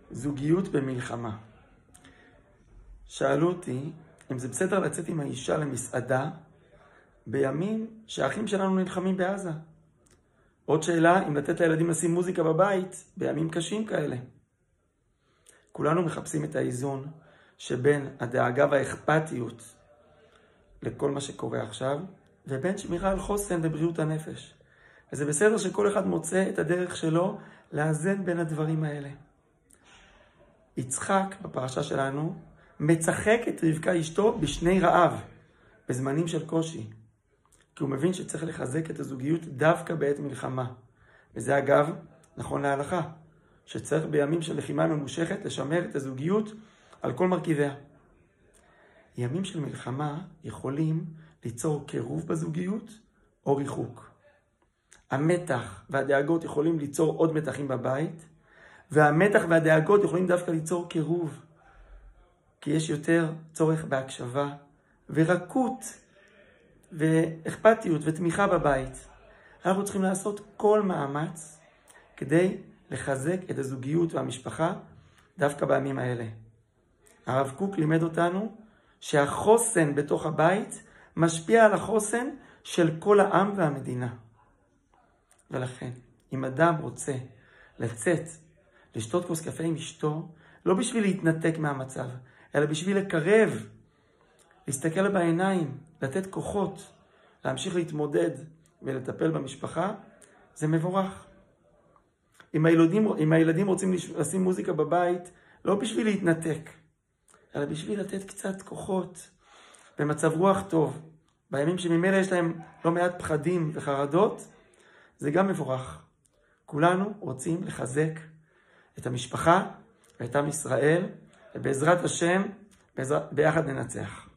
זוגיות במלחמה. שאלו אותי אם זה בסדר לצאת עם האישה למסעדה בימים שהאחים שלנו נלחמים בעזה. עוד שאלה, אם לתת לילדים לשים מוזיקה בבית בימים קשים כאלה. כולנו מחפשים את האיזון שבין הדאגה והאכפתיות לכל מה שקורה עכשיו, ובין שמירה על חוסן ובריאות הנפש. וזה בסדר שכל אחד מוצא את הדרך שלו לאזן בין הדברים האלה. יצחק בפרשה שלנו מצחק את רבקה אשתו בשני רעב, בזמנים של קושי. כי הוא מבין שצריך לחזק את הזוגיות דווקא בעת מלחמה. וזה אגב נכון להלכה, שצריך בימים של לחימה ממושכת לשמר את הזוגיות על כל מרכיביה. ימים של מלחמה יכולים ליצור קירוב בזוגיות או ריחוק. המתח והדאגות יכולים ליצור עוד מתחים בבית, והמתח והדאגות יכולים דווקא ליצור קירוב, כי יש יותר צורך בהקשבה ורקות ואכפתיות ותמיכה בבית. אנחנו צריכים לעשות כל מאמץ כדי לחזק את הזוגיות והמשפחה דווקא בימים האלה. הרב קוק לימד אותנו שהחוסן בתוך הבית משפיע על החוסן של כל העם והמדינה. ולכן, אם אדם רוצה לצאת, לשתות כוס קפה עם אשתו, לא בשביל להתנתק מהמצב, אלא בשביל לקרב, להסתכל לה בעיניים, לתת כוחות, להמשיך להתמודד ולטפל במשפחה, זה מבורך. אם הילדים רוצים לשים מוזיקה בבית, לא בשביל להתנתק, אלא בשביל לתת קצת כוחות, במצב רוח טוב, בימים שממילא יש להם לא מעט פחדים וחרדות, זה גם מבורך. כולנו רוצים לחזק את המשפחה ואת עם ישראל, ובעזרת השם, ביחד ננצח.